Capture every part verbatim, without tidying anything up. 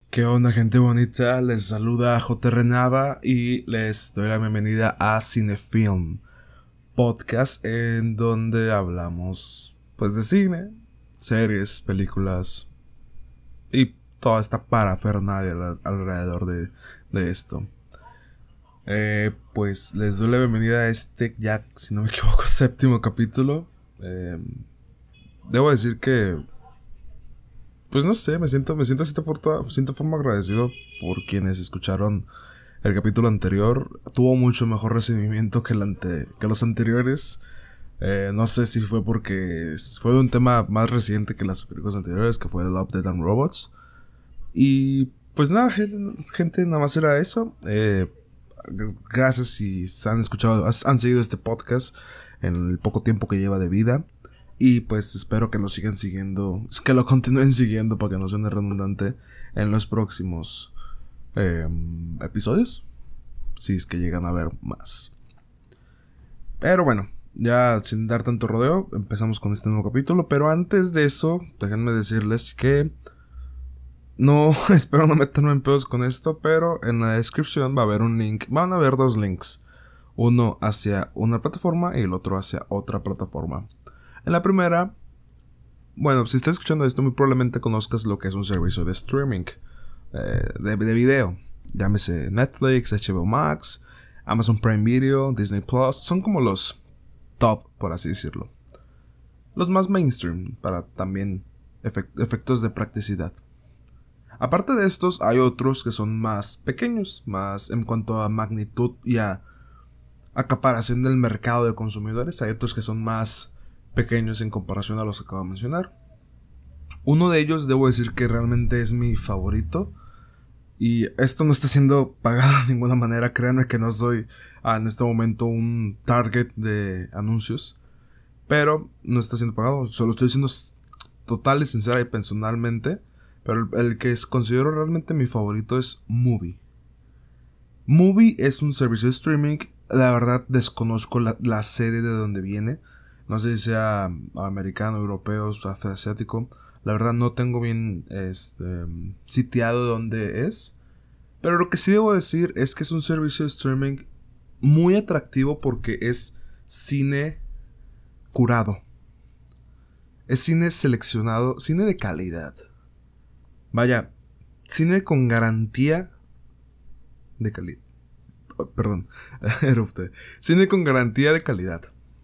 ¿Qué onda, gente bonita? Les saluda J. Renava y les doy la bienvenida a Cinefilm, podcast en donde hablamos pues de cine, series, películas y toda esta parafernalia al- alrededor de, de esto. Eh, pues les doy la bienvenida a este ya, si no me equivoco, séptimo capítulo. Eh, debo decir que Pues no sé, me siento, me siento de cierta forma, siento forma agradecido por quienes escucharon el capítulo anterior. Tuvo mucho mejor recibimiento que, el ante, que los anteriores. Eh, no sé si fue porque fue de un tema más reciente que las películas anteriores, que fue Love, Death and Robots. Y pues nada, gente, gente nada más era eso. Eh, gracias si han escuchado, han seguido este podcast en el poco tiempo que lleva de vida. Y pues espero que lo sigan siguiendo, que lo continúen siguiendo para que no suene redundante en los próximos eh, episodios. Si es que llegan a ver más. Pero bueno, ya sin dar tanto rodeo, empezamos con este nuevo capítulo. Pero antes de eso, déjenme decirles que no, espero no meterme en pedos con esto, pero en la descripción va a haber un link, van a haber dos links. Uno hacia una plataforma y el otro hacia otra plataforma. En la primera, bueno, si estás escuchando esto, muy probablemente conozcas lo que es un servicio de streaming, eh, de, de video. Llámese Netflix, H B O Max, Amazon Prime Video, Disney Plus. Son como los top, por así decirlo. Los más mainstream, para también efect- efectos de practicidad. Aparte de estos, hay otros que son más pequeños, más en cuanto a magnitud y a acaparación del mercado de consumidores. Hay otros que son más pequeños en comparación a los que acabo de mencionar. Uno de ellos debo decir que realmente es mi favorito. Y esto no está siendo pagado de ninguna manera. Créanme que no soy ah, en este momento un target de anuncios. Pero no está siendo pagado. Solo estoy diciendo total y sincera y personalmente. Pero el, el que es, considero realmente mi favorito es Mubi. Mubi es un servicio de streaming. La verdad desconozco la, la sede de donde viene. No sé si sea americano, europeo, asiático. La verdad no tengo bien este, sitiado dónde es. Pero lo que sí debo decir es que es un servicio de streaming muy atractivo porque es cine curado. Es cine seleccionado, cine de calidad. Vaya, cine con garantía de calidad. Oh, perdón, erupté. Cine con garantía de calidad.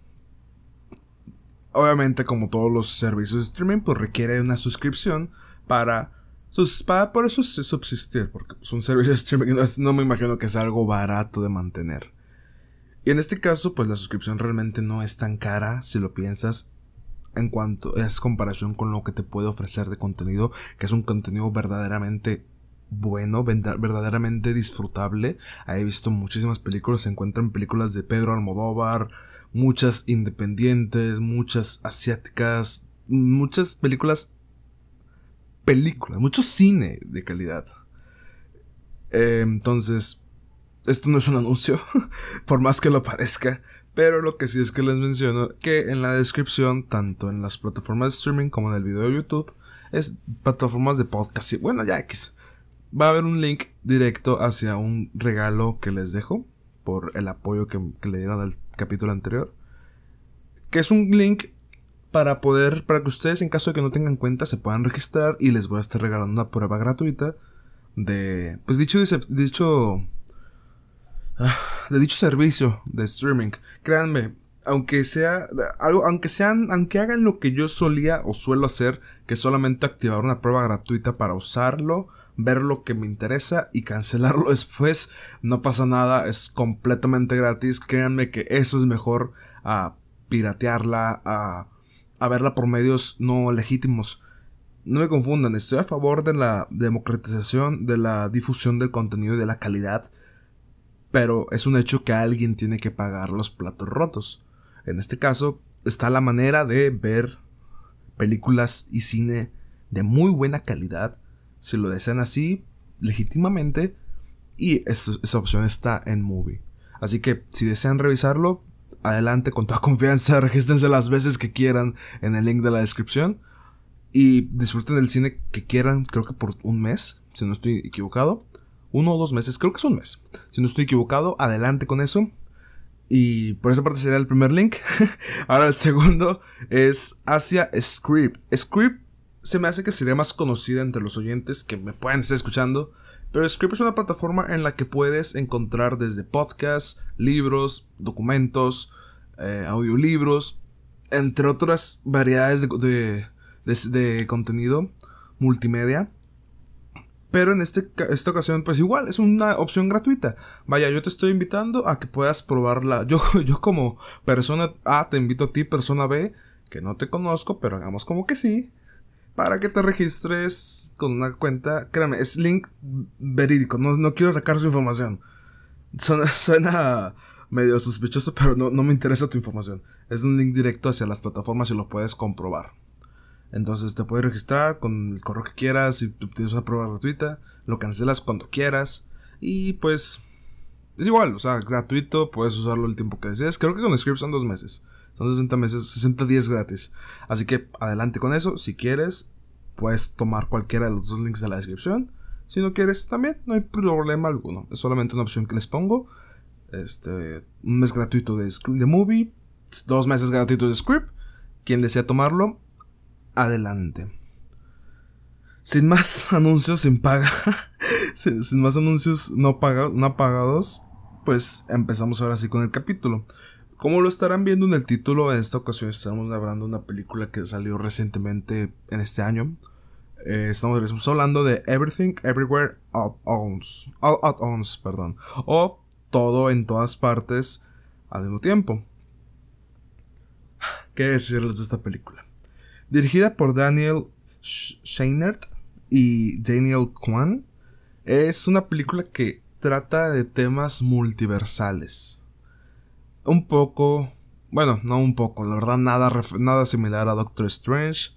Obviamente, como todos los servicios de streaming, pues requiere una suscripción para, sus, para por eso subsistir, porque es un servicio de streaming, no, es, no me imagino que sea algo barato de mantener. Y en este caso, pues la suscripción realmente no es tan cara si lo piensas en cuanto es comparación con lo que te puede ofrecer de contenido, que es un contenido verdaderamente bueno, verdaderamente disfrutable. He visto muchísimas películas, se encuentran películas de Pedro Almodóvar, muchas independientes, muchas asiáticas, muchas películas, películas, mucho cine de calidad. Eh, entonces, esto no es un anuncio, por más que lo parezca, pero lo que sí es que les menciono que en la descripción, tanto en las plataformas de streaming como en el video de YouTube, es plataformas de podcast. Y bueno, ya X. Va a haber un link directo hacia un regalo que les dejo por el apoyo que, que le dieron al capítulo anterior, que es un link para poder, para que ustedes en caso de que no tengan cuenta se puedan registrar y les voy a estar regalando una prueba gratuita de, pues dicho, dicho, de dicho servicio de streaming. Créanme, aunque sea algo, aunque sean, aunque hagan lo que yo solía o suelo hacer, que es solamente activar una prueba gratuita para usarlo, ver lo que me interesa y cancelarlo después, no pasa nada, es completamente gratis. Créanme que eso es mejor a piratearla, a, a verla por medios no legítimos. No me confundan, estoy a favor de la democratización, de la difusión del contenido y de la calidad, pero es un hecho que alguien tiene que pagar los platos rotos. En este caso está la manera de ver películas y cine de muy buena calidad, si lo desean así, legítimamente, y eso, esa opción está en Mubi. Así que si desean revisarlo, adelante con toda confianza, regístrense las veces que quieran en el link de la descripción y disfruten del cine que quieran, creo que por un mes, si no estoy equivocado. Uno o dos meses, creo que es un mes. Si no estoy equivocado, adelante con eso. Y por esa parte sería el primer link. Ahora el segundo es hacia Scribd. Scribd se me hace que sería más conocida entre los oyentes que me pueden estar escuchando. Pero Scribd es una plataforma en la que puedes encontrar desde podcasts, libros, documentos, eh, audiolibros, entre otras variedades de, de, de, de contenido multimedia. Pero en este, esta ocasión, pues igual, es una opción gratuita. Vaya, yo te estoy invitando a que puedas probarla. Yo, yo como persona A te invito a ti, persona B, que no te conozco, pero hagamos como que sí, para que te registres con una cuenta. Créame, es link verídico, no, no quiero sacar su información. Suena, suena medio sospechoso, pero no, no me interesa tu información. Es un link directo hacia las plataformas y lo puedes comprobar. Entonces te puedes registrar con el correo que quieras y tienes una prueba gratuita. Lo cancelas cuando quieras. Y pues es igual, o sea, gratuito. Puedes usarlo el tiempo que desees. Creo que con Scribd son dos meses. Son sesenta meses, sesenta días gratis. Así que adelante con eso. Si quieres, puedes tomar cualquiera de los dos links de la descripción. Si no quieres, también no hay problema alguno. Es solamente una opción que les pongo. Este, un mes gratuito de, de Movie. Dos meses gratuitos de Scribd. Quien desea tomarlo, adelante. Sin más anuncios sin paga. sin, sin más anuncios no, paga, no pagados. Pues empezamos ahora sí con el capítulo. Como lo estarán viendo en el título, en esta ocasión estamos hablando de una película que salió recientemente en este año. Eh, estamos, estamos hablando de Everything Everywhere All at Once. All at Once, perdón. O Todo en Todas Partes al mismo tiempo. ¿Qué decirles de esta película? Dirigida por Daniel Scheinert y Daniel Kwan, es una película que trata de temas multiversales. Un poco, bueno, no un poco, la verdad nada, nada similar a Doctor Strange.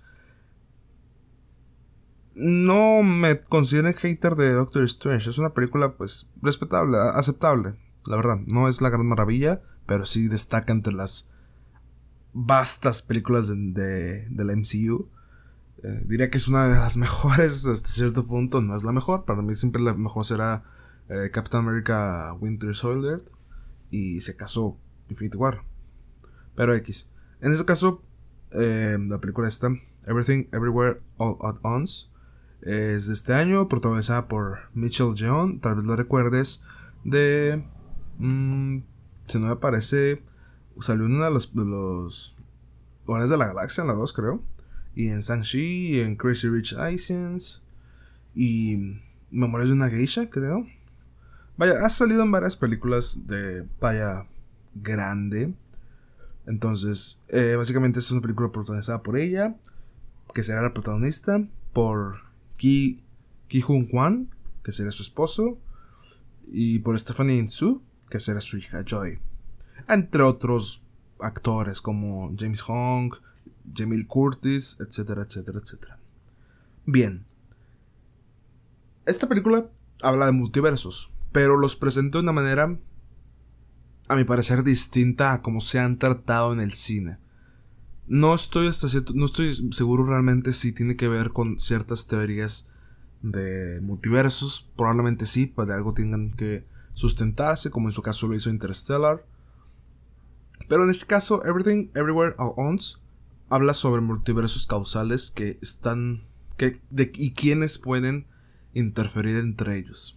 No me considero hater de Doctor Strange, es una película pues respetable, aceptable, la verdad. No es la gran maravilla, pero sí destaca entre las vastas películas de, de, de la M C U. Eh, diría que es una de las mejores hasta cierto punto. No es la mejor, para mí siempre la mejor será eh, Captain America Winter Soldier y se casó Infinity War. Pero X, en este caso eh, la película esta, Everything Everywhere All at Once, es de este año, protagonizada por Michelle Yeoh. Tal vez lo recuerdes de mmm, si no me parece, salió en uno de los, de los Guardianes de la Galaxia, en la dos creo. Y en Shang-Chi, y en Crazy Rich Asians. Y Memorias de una Geisha, creo. Vaya, ha salido en varias películas de talla grande. Entonces, eh, básicamente es una película protagonizada por ella, que será la protagonista. Por Ki, Ki Hun Kwan, que será su esposo. Y por Stephanie Hsu, que será su hija Joy. Entre otros actores como James Hong, Jamil Curtis, etcétera, etcétera, etcétera. Bien. Esta película habla de multiversos, pero los presenta de una manera, a mi parecer, distinta a como se han tratado en el cine. No estoy hasta cierto, no estoy seguro realmente si tiene que ver con ciertas teorías de multiversos. Probablemente sí, pues de algo tengan que sustentarse, como en su caso lo hizo Interstellar. Pero en este caso, Everything Everywhere All at Once habla sobre multiversos causales que están que, de, y quienes pueden interferir entre ellos.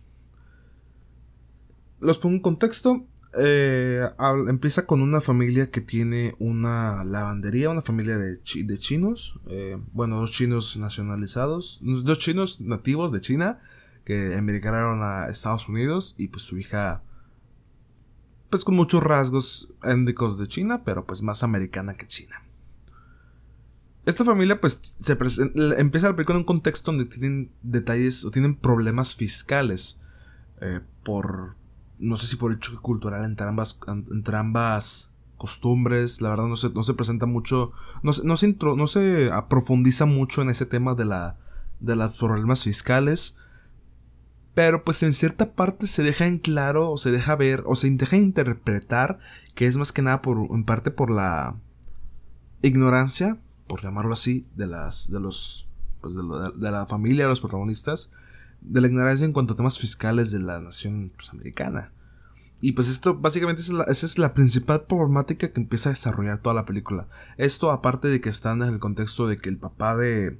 Los pongo en contexto. Eh, habla, empieza con una familia que tiene una lavandería, una familia de, chi, de chinos. Eh, bueno, dos chinos nacionalizados, dos chinos nativos de China que emigraron a Estados Unidos, y pues su hija, pues con muchos rasgos étnicos de China, pero pues más americana que China. Esta familia pues se presenta, empieza la película en un contexto donde tienen detalles o tienen problemas fiscales eh, por, no sé si por el choque cultural entre ambas, entre ambas costumbres. La verdad no se, no se presenta mucho, no, no, se intro, no se profundiza mucho en ese tema de, la, de los problemas fiscales. Pero pues en cierta parte se deja en claro, o se deja ver, o se deja interpretar que es más que nada por, en parte por la ignorancia, por llamarlo así, de las, de los, pues de, lo, de la familia de los protagonistas, de la ignorancia en cuanto a temas fiscales de la nación pues, americana. Y pues esto básicamente es la, esa es la principal problemática que empieza a desarrollar toda la película. Esto aparte de que están en el contexto de que el papá de...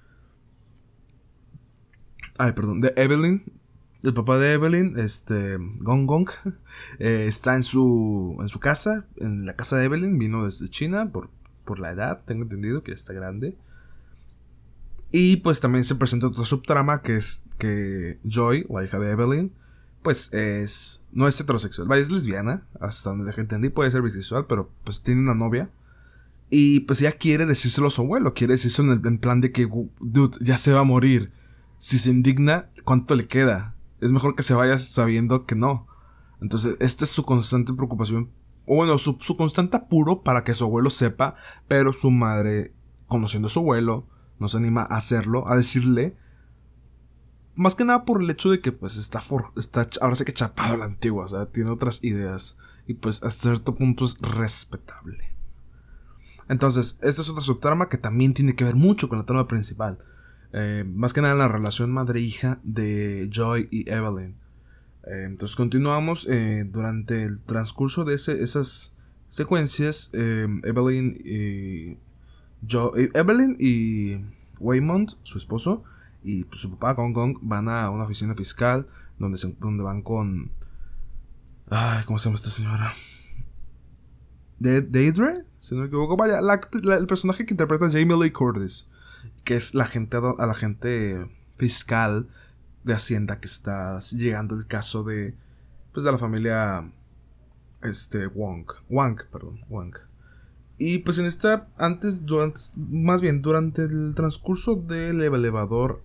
Ay, perdón, de Evelyn. El papá de Evelyn, este, Gong Gong, eh, está en su, en su casa, en la casa de Evelyn, vino desde China por, por la edad, tengo entendido que ya está grande. Y pues también se presenta otra subtrama que es que Joy, la hija de Evelyn, pues es, no es heterosexual, vaya, es lesbiana, hasta donde deje entendí, puede ser bisexual, pero pues tiene una novia. Y pues ella quiere decírselo a su abuelo, quiere decírselo en, el, en plan de que, dude, ya se va a morir. Si se indigna, ¿cuánto le queda? Es mejor que se vaya sabiendo que no. Entonces, esta es su constante preocupación. O bueno, su, su constante apuro para que su abuelo sepa. Pero su madre, conociendo a su abuelo, no se anima a hacerlo, a decirle. Más que nada por el hecho de que pues está, for, está ahora sí que chapado a la antigua. O sea, tiene otras ideas. Y pues hasta cierto punto es respetable. Entonces, esta es otra subtrama que también tiene que ver mucho con la trama principal. Eh, más que nada en la relación madre-hija de Joy y Evelyn. Eh, entonces continuamos. Eh, durante el transcurso de ese, esas secuencias, eh, Evelyn y Joy, Evelyn y Waymond, su esposo, y pues, su papá Gong Gong van a una oficina fiscal donde, se, donde van con... Ay, ¿cómo se llama esta señora? De Deidre, si no me equivoco. Vaya, la, la, el personaje que interpreta Jamie Lee Curtis, que es la agente, a la agente fiscal de Hacienda que está llegando el caso de pues de la familia este Wong, Wang, perdón, Wang. Y pues en esta antes durante más bien durante el transcurso del elevador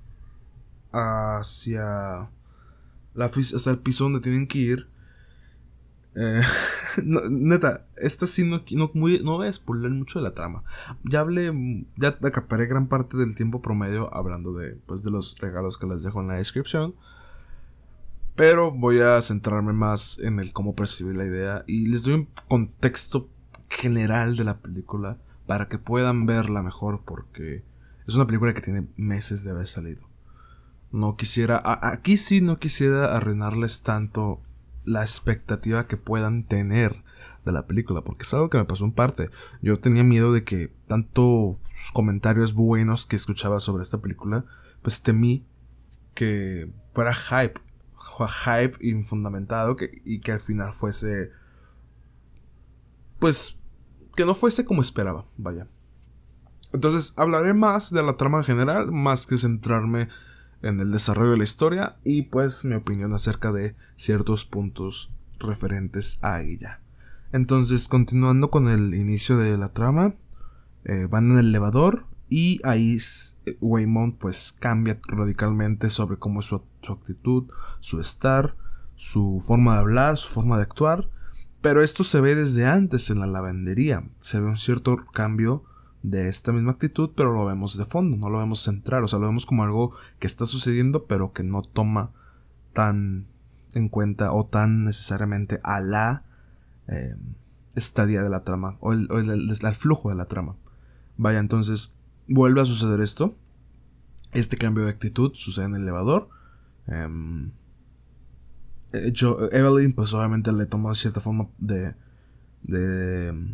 hacia la hasta el piso donde tienen que ir. Eh, no, neta, esta sí no, no, muy, no voy a spoiler mucho de la trama. Ya hablé, ya acaparé gran parte del tiempo promedio hablando de, pues, de los regalos que les dejo en la descripción. Pero voy a centrarme más en el cómo percibir la idea. Y les doy un contexto general de la película para que puedan verla mejor, porque es una película que tiene meses de haber salido. No quisiera, a, aquí sí no quisiera arruinarles tanto la expectativa que puedan tener de la película, porque es algo que me pasó en parte. Yo tenía miedo de que tantos comentarios buenos que escuchaba sobre esta película, pues temí que fuera hype, hype infundamentado, que, y que al final fuese, pues, que no fuese como esperaba, vaya. Entonces hablaré más de la trama en general, más que centrarme en el desarrollo de la historia y pues mi opinión acerca de ciertos puntos referentes a ella. Entonces, continuando con el inicio de la trama, eh, van en el elevador y ahí Waymond pues cambia radicalmente sobre cómo es su, su actitud, su estar, su forma de hablar, su forma de actuar. Pero esto se ve desde antes en la lavandería. Se ve un cierto cambio de esta misma actitud, pero lo vemos de fondo, no lo vemos central, o sea, lo vemos como algo que está sucediendo, pero que no toma tan en cuenta o tan necesariamente a la eh, estadía de la trama, o el, o el, el, el flujo de la trama. Vaya, entonces, vuelve a suceder esto, este cambio de actitud sucede en el elevador. Eh, yo, Evelyn, pues obviamente le toma cierta forma de... de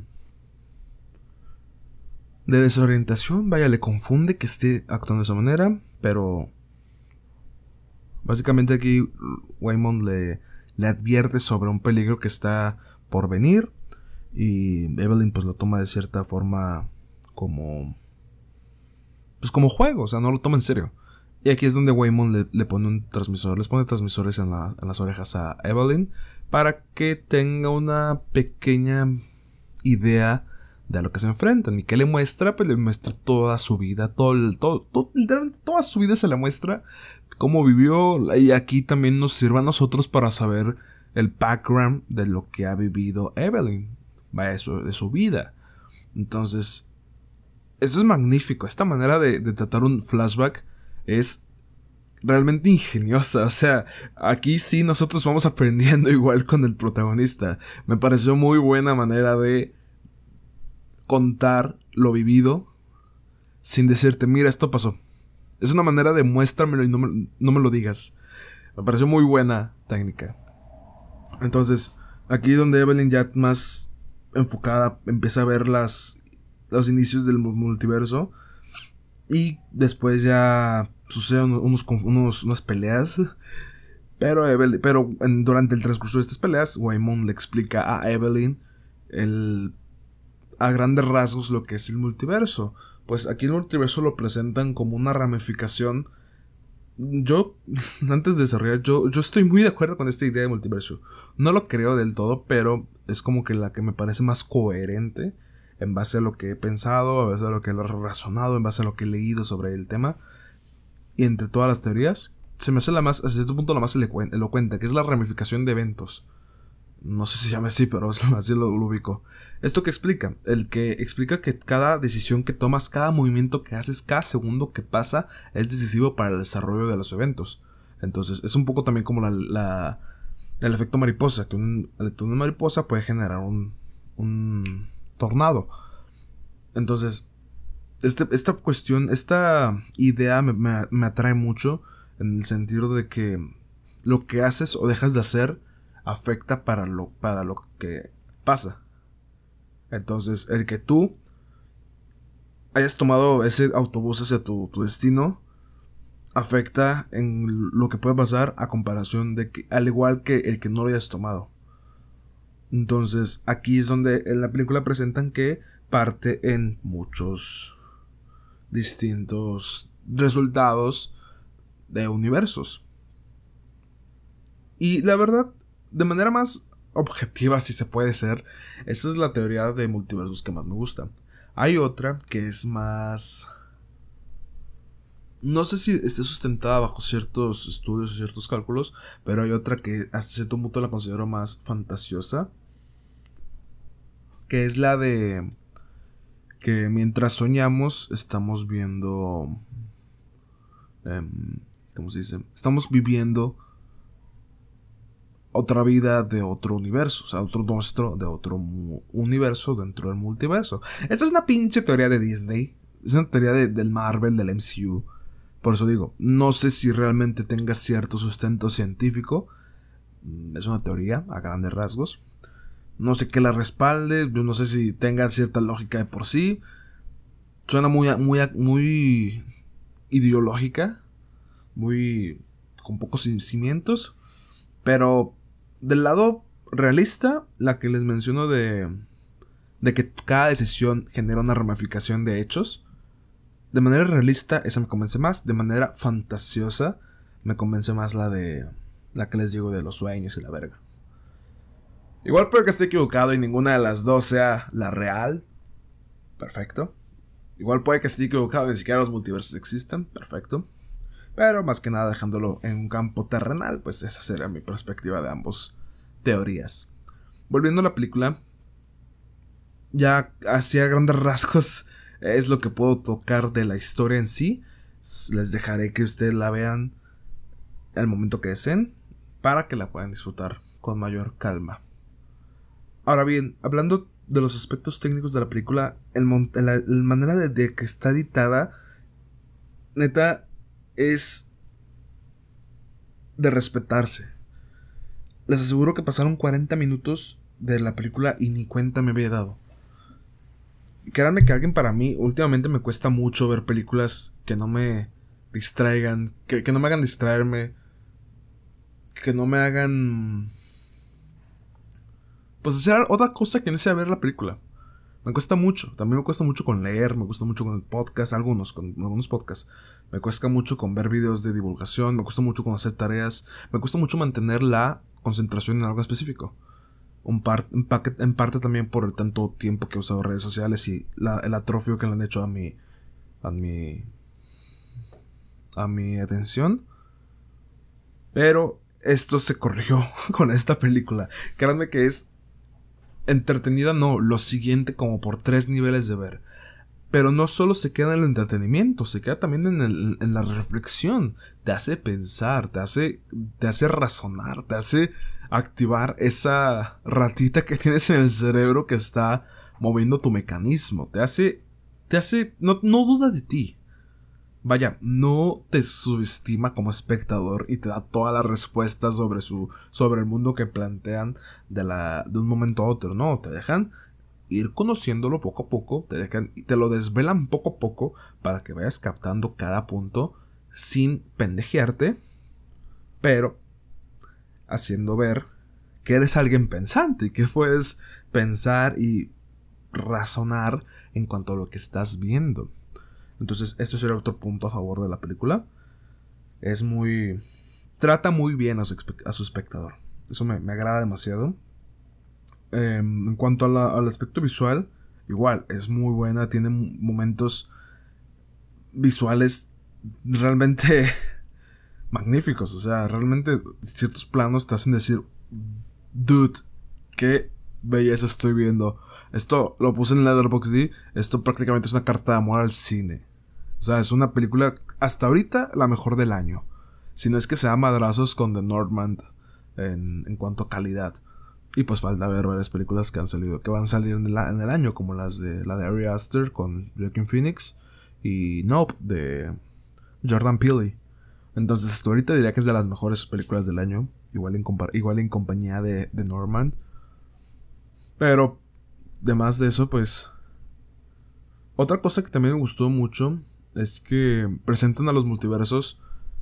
de desorientación, vaya, le confunde que esté actuando de esa manera, pero básicamente aquí Waymond le, le advierte sobre un peligro que está por venir y Evelyn pues lo toma de cierta forma como pues como juego, o sea, no lo toma en serio. Y aquí es donde Waymond le, le pone un transmisor, les pone transmisores en, la, en las orejas a Evelyn para que tenga una pequeña idea de a lo que se enfrentan. ¿Y qué le muestra? Pues le muestra toda su vida, todo, el, todo, todo, literalmente toda su vida se le muestra, cómo vivió, y aquí también nos sirve a nosotros para saber el background de lo que ha vivido Evelyn, vaya, eso, de su vida. Entonces, esto es magnífico, esta manera de, de tratar un flashback es realmente ingeniosa, o sea, aquí sí nosotros vamos aprendiendo igual con el protagonista. Me pareció muy buena manera de contar lo vivido sin decirte, mira, esto pasó. Es una manera de muéstramelo y no me, no me lo digas. Me pareció muy buena técnica. Entonces, aquí donde Evelyn ya más enfocada empieza a ver las, los inicios del multiverso. Y después ya suceden unos, unos, unas peleas. Pero, Evelyn, pero en, durante el transcurso de estas peleas, Waymond le explica a Evelyn el, a grandes rasgos lo que es el multiverso. Pues aquí el multiverso lo presentan como una ramificación. Yo, antes de desarrollar, yo, yo estoy muy de acuerdo con esta idea de multiverso. No lo creo del todo, pero es como que la que me parece más coherente en base a lo que he pensado, en base a lo que he razonado, en base a lo que he leído sobre el tema. Y entre todas las teorías, se me hace la más, hasta cierto punto la más elocuente, que es la ramificación de eventos. No sé si se llama así, pero así lo, lo ubico. ¿Esto qué explica? El que explica que cada decisión que tomas, cada movimiento que haces, cada segundo que pasa es decisivo para el desarrollo de los eventos. Entonces es un poco también como la, la el efecto mariposa, que un, el efecto de una mariposa puede generar un, un tornado. Entonces este, esta cuestión, esta idea me, me, me atrae mucho en el sentido de que lo que haces o dejas de hacer afecta para lo, para lo que pasa. Entonces, el que tú hayas tomado ese autobús hacia tu, tu destino afecta en lo que puede pasar a comparación de que, al igual que el que no lo hayas tomado. Entonces, aquí es donde en la película presentan que parte en muchos distintos resultados de universos. Y la verdad, de manera más objetiva, si se puede ser, esta es la teoría de multiversos que más me gusta. Hay otra que es más... no sé si esté sustentada bajo ciertos estudios o ciertos cálculos, pero hay otra que hasta cierto punto la considero más fantasiosa, que es la de que mientras soñamos estamos viendo... Eh, ¿cómo se dice? Estamos viviendo otra vida de otro universo, o sea, otro monstruo de otro universo dentro del multiverso. Esta es una pinche teoría de Disney, es una teoría de, del Marvel, del M C U. Por eso digo, no sé si realmente tenga cierto sustento científico. Es una teoría a grandes rasgos. No sé qué la respalde, no sé si tenga cierta lógica de por sí. Suena muy, muy, muy ideológica, muy con pocos cimientos, pero del lado realista, la que les menciono de, de que cada decisión genera una ramificación de hechos, de manera realista esa me convence más. De manera fantasiosa me convence más la de la que les digo de los sueños y la verga. Igual puede que esté equivocado y ninguna de las dos sea la real. Perfecto. Igual puede que esté equivocado y ni siquiera los multiversos existan. Perfecto. Pero más que nada dejándolo en un campo terrenal, pues esa sería mi perspectiva de ambas teorías. Volviendo a la película, ya hacia grandes rasgos es lo que puedo tocar de la historia en sí. Les dejaré que ustedes la vean al momento que deseen, para que la puedan disfrutar con mayor calma. Ahora bien, hablando de los aspectos técnicos de la película, el mon- la, la manera de, de que está editada, neta, es de respetarse. Les aseguro que pasaron cuarenta minutos de la película y ni cuenta me había dado. Créanme que alguien, para mí, últimamente me cuesta mucho ver películas que no me distraigan, que, que no me hagan distraerme, que no me hagan... pues hacer otra cosa que no sea ver la película. Me cuesta mucho, también me cuesta mucho con leer, me cuesta mucho con el podcast, algunos, con algunos podcasts. Me cuesta mucho con ver videos de divulgación, me cuesta mucho con hacer tareas, me cuesta mucho mantener la concentración en algo específico. Un par, en, parte, en parte también por el tanto tiempo que he usado redes sociales y la, el atrofio que le han hecho a mi, a mi, a mi atención. Pero esto se corrigió con esta película. Créanme que es entretenida, no, lo siguiente como por tres niveles de ver. Pero no solo se queda en el entretenimiento, se queda también en, el, en la reflexión. Te hace pensar, te hace, te hace razonar, te hace activar esa ratita que tienes en el cerebro que está moviendo tu mecanismo. Te hace, te hace, no, no duda de ti. vaya, no te subestima como espectador y te da todas las respuestas sobre su sobre el mundo que plantean de la de un momento a otro. No, te dejan ir conociéndolo poco a poco, te dejan y te lo desvelan poco a poco para que vayas captando cada punto sin pendejearte, pero haciendo ver que eres alguien pensante y que puedes pensar y razonar en cuanto a lo que estás viendo. Entonces, esto sería otro punto a favor de la película. Es muy... Trata muy bien a su, a su espectador. Eso me, me agrada demasiado. Eh, en cuanto a la, al aspecto visual, igual, es muy buena. Tiene momentos visuales realmente magníficos. O sea, realmente ciertos planos te hacen decir, dude, qué belleza estoy viendo. Esto lo puse en Letterboxd. Esto prácticamente es una carta de amor al cine. O sea, es una película hasta ahorita la mejor del año. Si no es que se da madrazos con The Northman en, en cuanto a calidad. Y pues falta ver varias películas que han salido, que van a salir en el, en el año, como las de la de Ari Aster con Joaquin Phoenix y Nope de Jordan Peele. Entonces hasta ahorita diría que es de las mejores películas del año, igual en, igual en compañía de, de Northman. Pero además de eso, pues otra cosa que también me gustó mucho es que presentan a los multiversos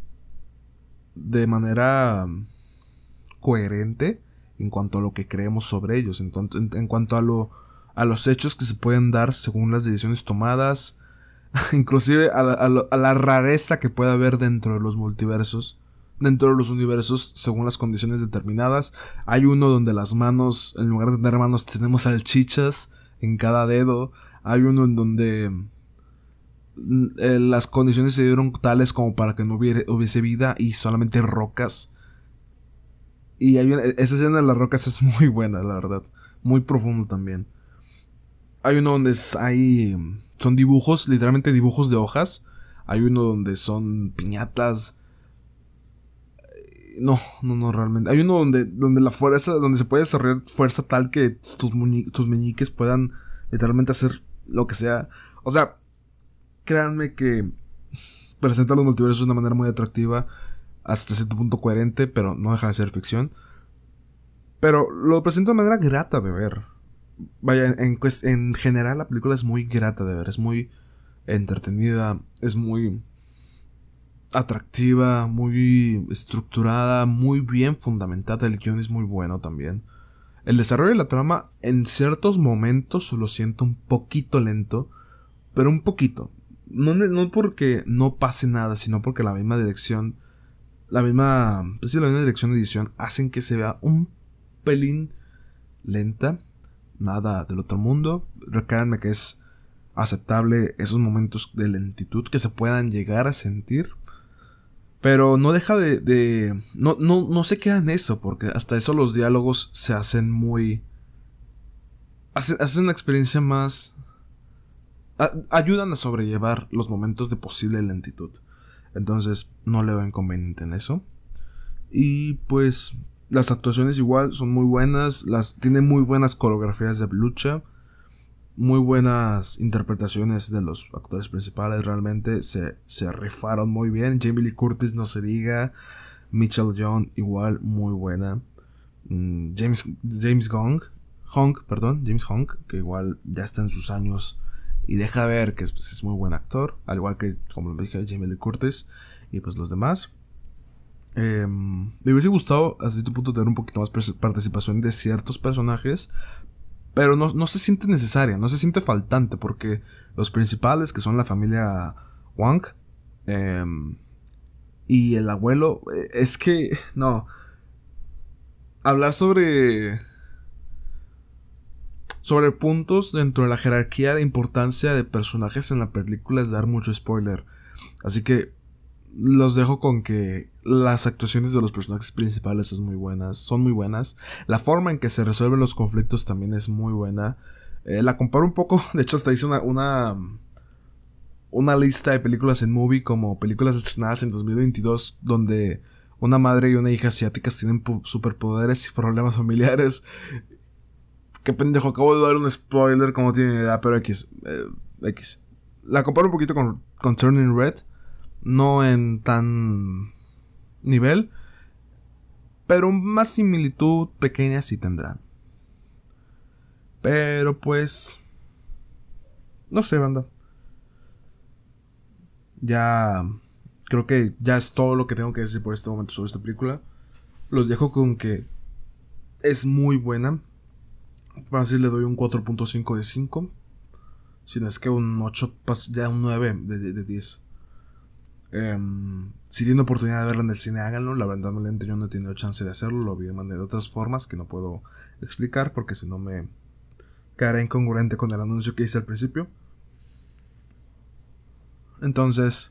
de manera coherente en cuanto a lo que creemos sobre ellos, en, en, en cuanto a lo a los hechos que se pueden dar según las decisiones tomadas, inclusive a la, a, lo, a la rareza que puede haber dentro de los multiversos, dentro de los universos según las condiciones determinadas. Hay uno donde las manos, en lugar de tener manos, tenemos salchichas en cada dedo. Hay uno en donde eh, las condiciones se dieron tales como para que no hubiera, hubiese vida y solamente rocas. Y hay una, esa escena de las rocas es muy buena, la verdad. Muy profundo también. Hay uno donde es, hay, son dibujos, literalmente dibujos de hojas. Hay uno donde son piñatas. No, no, no, realmente. Hay uno donde, donde la fuerza, donde se puede desarrollar fuerza tal que tus, muñe- tus meñiques puedan literalmente hacer lo que sea. O sea, créanme que presenta los multiversos de una manera muy atractiva, hasta cierto punto coherente, pero no deja de ser ficción. Pero lo presenta de manera grata de ver. Vaya, en, en general la película es muy grata de ver, es muy entretenida, es muy atractiva, muy estructurada, muy bien fundamentada. El guion es muy bueno también. El desarrollo de la trama en ciertos momentos lo siento un poquito lento, pero un poquito. No, no porque no pase nada, sino porque la misma dirección, la misma, pues sí, la misma dirección de edición hacen que se vea un pelín lenta. Nada del otro mundo. Créanme que es aceptable esos momentos de lentitud que se puedan llegar a sentir. Pero no deja de... de no, no, no se queda en eso, porque hasta eso los diálogos se hacen muy... Hacen, hacen la experiencia más... A, ayudan a sobrellevar los momentos de posible lentitud. Entonces no le veo inconveniente en eso. Y pues las actuaciones igual son muy buenas. Las, tiene muy buenas coreografías de lucha. Muy buenas interpretaciones de los actores principales. Realmente se, se rifaron muy bien. Jamie Lee Curtis no se diga. Michelle Yeoh igual muy buena. Mm, James, James Hong, Hong, perdón, James Hong, que igual ya está en sus años y deja ver que es, pues, es muy buen actor. Al igual que, como lo dije, Jamie Lee Curtis y pues los demás. Eh, me hubiese gustado hasta cierto punto tener un poquito más participación de ciertos personajes, pero no, no se siente necesaria, no se siente faltante, porque los principales, que son la familia Wang eh, y el abuelo, es que no, hablar sobre sobre puntos dentro de la jerarquía de importancia de personajes en la película es dar mucho spoiler, así que los dejo con que las actuaciones de los personajes principales son muy buenas, son muy buenas. La forma en que se resuelven los conflictos también es muy buena. Eh, la comparo un poco, de hecho hasta hice una, una una lista de películas en Movie como películas estrenadas en dos mil veintidós, donde una madre y una hija asiáticas tienen superpoderes y problemas familiares. Qué pendejo, acabo de dar un spoiler, como tienen idea, pero X, eh, X. La comparo un poquito con, con Turning Red. No en tan nivel, pero más similitud pequeña sí tendrán. Pero pues... no sé, banda. Ya... creo que ya es todo lo que tengo que decir por este momento sobre esta película. Los dejo con que es muy buena. Fácil le doy un cuatro punto cinco de cinco. Si no es que un ocho, ya un nueve de diez. Um, si tienen oportunidad de verla en el cine, háganlo. La verdad, yo no he tenido chance de hacerlo. Lo vi de manera de otras formas que no puedo explicar, porque si no me quedará incongruente con el anuncio que hice al principio. Entonces,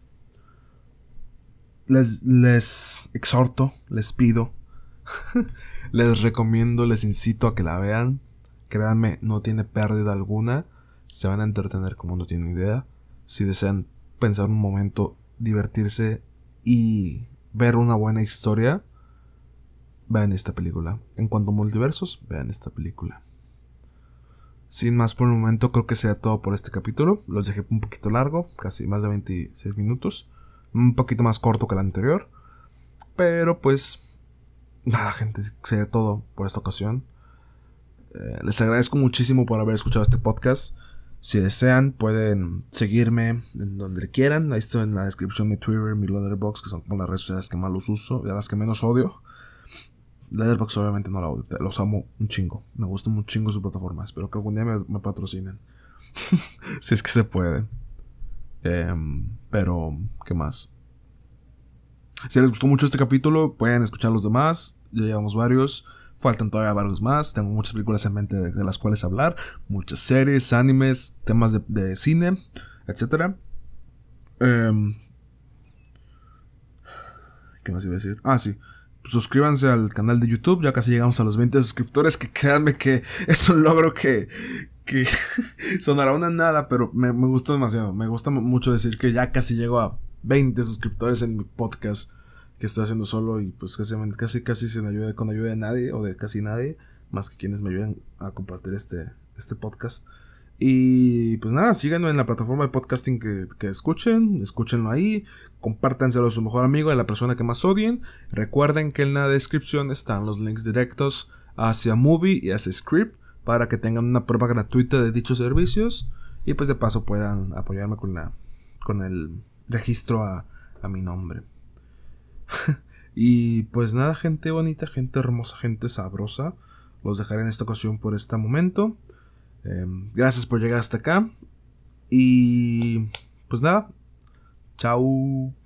les, les exhorto, les pido, les recomiendo, les incito a que la vean. Créanme, no tiene pérdida alguna. Se van a entretener como no tienen idea. Si desean pensar un momento, divertirse y ver una buena historia, vean esta película. En cuanto a multiversos, vean esta película. Sin más por el momento, creo que sea todo por este capítulo. Los dejé un poquito largo, casi más de veintiséis minutos. Un poquito más corto que el anterior. Pero pues... nada, gente, sería todo por esta ocasión. Eh, les agradezco muchísimo por haber escuchado este podcast. Si desean, pueden seguirme en donde quieran. Ahí está en la descripción mi Twitter, mi Letterboxd, que son como las redes sociales que más los uso y a las que menos odio. Letterboxd obviamente no la odio, los amo un chingo. Me gusta un chingo su plataforma. Espero que algún día me, me patrocinen. Si es que se puede. Eh, pero, ¿qué más? Si les gustó mucho este capítulo, pueden escuchar los demás. Ya llevamos varios. Faltan todavía varios más. Tengo muchas películas en mente de, de las cuales hablar. Muchas series, animes, temas de, de cine, etcétera. Um, ¿Qué más iba a decir? Ah, sí. Suscríbanse al canal de YouTube. Ya casi llegamos a los veinte suscriptores. Que créanme que es un logro que... que sonará una nada, pero me, me gusta demasiado. Me gusta mucho decir que ya casi llego a veinte suscriptores en mi podcast que estoy haciendo solo, y pues casi casi, casi sin ayuda, con ayuda de nadie o de casi nadie, más que quienes me ayuden a compartir este, este podcast. Y pues nada, síganme en la plataforma de podcasting que, que escuchen, escúchenlo ahí, compártanselo a su mejor amigo, a la persona que más odien. Recuerden que en la descripción están los links directos hacia Movie y hacia Script, para que tengan una prueba gratuita de dichos servicios y pues de paso puedan apoyarme con la con el registro a, a mi nombre. Y pues nada, gente bonita, gente hermosa, gente sabrosa, los dejaré en esta ocasión por este momento. Eh, gracias por llegar hasta acá y pues nada, chao.